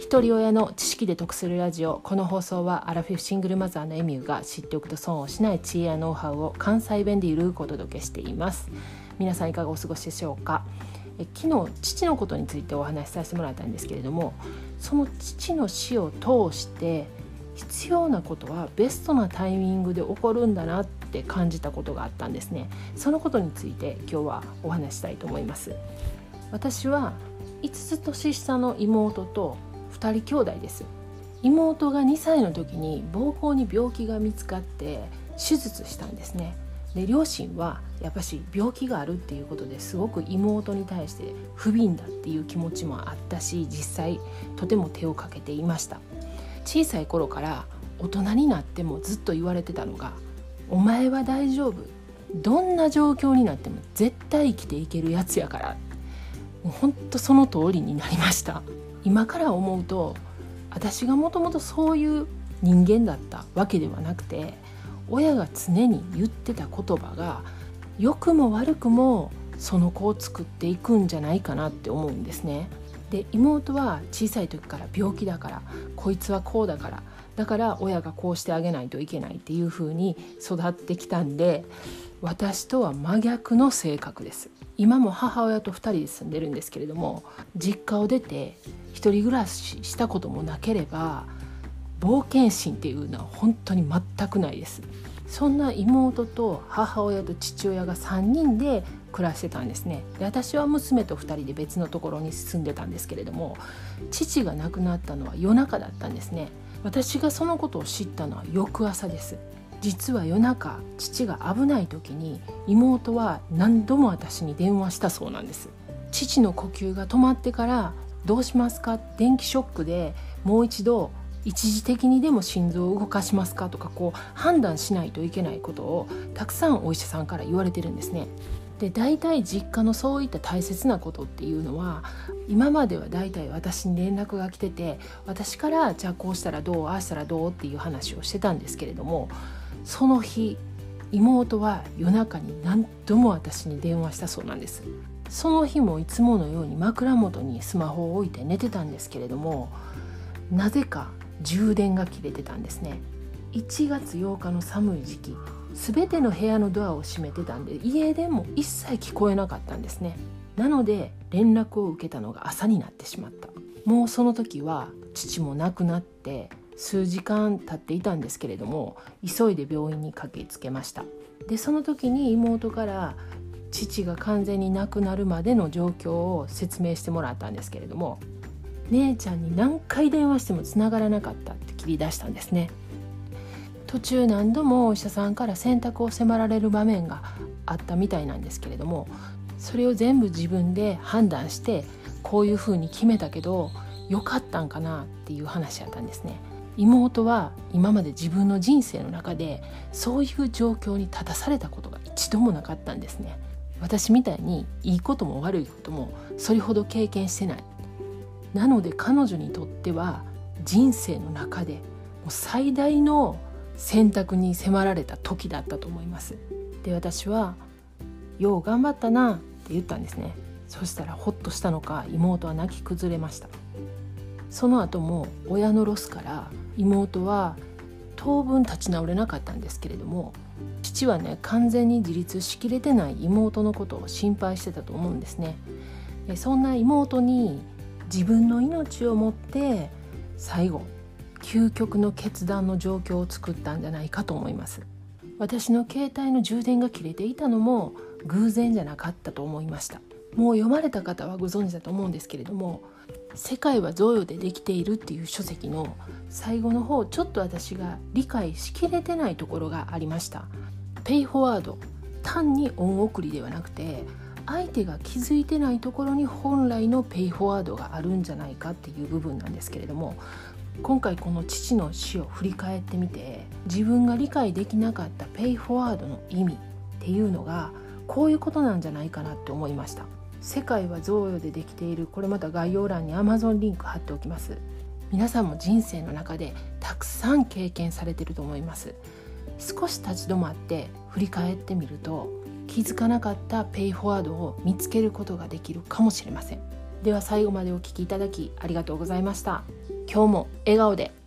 一人親の知識で得するラジオ。この放送はアラフィフシングルマザーのエミューが知っておくと損をしない知恵やノウハウを関西弁でゆるくお届けしています。皆さんいかがお過ごしでしょうか。昨日父のことについてお話しさせてもらったんですけれども、その父の死を通して必要なことはベストなタイミングで起こるんだなって感じたことがあったんですね。そのことについて今日はお話したいと思います。私は5つ年下の妹と2人兄弟です。妹が2歳の時に膀胱に病気が見つかって手術したんですね。で、両親はやっぱし病気があるっていうことですごく妹に対して不憫だっていう気持ちもあったし、実際とても手をかけていました。小さい頃から大人になってもずっと言われてたのが、お前は大丈夫、どんな状況になっても絶対生きていけるやつやから。もう本当その通りになりました。今から思うと、私がもともとそういう人間だったわけではなくて、親が常に言ってた言葉が良くも悪くもその子を作っていくんじゃないかなって思うんですね。で、妹は小さい時から病気だから、こいつはこうだから、だから親がこうしてあげないといけないっていう風に育ってきたんで、私とは真逆の性格です。今も母親と2人で住んでるんですけれども、実家を出て一人暮らししたこともなければ冒険心っていうのは本当に全くないです。そんな妹と母親と父親が3人で暮らしてたんですね。で、私は娘と2人で別のところに住んでたんですけれども、父が亡くなったのは夜中だったんですね。私がそのことを知ったのは翌朝です。実は夜中、父が危ない時に妹は何度も私に電話したそうなんです。父の呼吸が止まってからどうしますか、電気ショックでもう一度一時的にでも心臓を動かしますかとか、判断しないといけないことをたくさんお医者さんから言われてるんですね。で、大体実家のそういった大切なことっていうのは、今までは大体私に連絡が来てて、私からじゃあこうしたらどう、ああしたらどうっていう話をしてたんですけれども、その日妹は夜中に何度も私に電話したそうなんです。その日もいつものように枕元にスマホを置いて寝てたんですけれども、なぜか充電が切れてたんですね。1月8日の寒い時期、すべての部屋のドアを閉めてたんで、家電も一切聞こえなかったんですね。なので連絡を受けたのが朝になってしまった。もうその時は父も亡くなって数時間経っていたんですけれども、急いで病院に駆けつけました。で、その時に妹から父が完全に亡くなるまでの状況を説明してもらったんですけれども、姉ちゃんに何回電話しても繋がらなかったって切り出したんですね。途中何度もお医者さんから選択を迫られる場面があったみたいなんですけれども、それを全部自分で判断してこういう風に決めたけどよかったんかなっていう話やったんですね。妹は今まで自分の人生の中でそういう状況に立たされたことが一度もなかったんですね。私みたいにいいことも悪いこともそれほど経験してない。なので彼女にとっては人生の中でもう最大の選択に迫られた時だったと思います。で、私はよう頑張ったなって言ったんですね。そしたらほっとしたのか妹は泣き崩れました。その後も親のロスから妹は当分立ち直れなかったんですけれども、父はね、完全に自立しきれてない妹のことを心配してたと思うんですね。で、そんな妹に自分の命をもって最後究極の決断の状況を作ったんじゃないかと思います。私の携帯の充電が切れていたのも偶然じゃなかったと思いました。もう読まれた方はご存知だと思うんですけれども、世界は贈与でできているっていう書籍の最後の方、ちょっと私が理解しきれてないところがありました。ペイフォワード、単に恩送りではなくて、相手が気づいてないところに本来のペイフォワードがあるんじゃないかっていう部分なんですけれども、今回この父の死を振り返ってみて、自分が理解できなかったペイフォワードの意味っていうのがこういうことなんじゃないかなって思いました。世界は贈与でできている、これまた概要欄に Amazon リンク貼っておきます。皆さんも人生の中でたくさん経験されていると思います。少し立ち止まって振り返ってみると、気づかなかったペイフォワードを見つけることができるかもしれません。では最後までお聞きいただきありがとうございました。 今日も笑顔で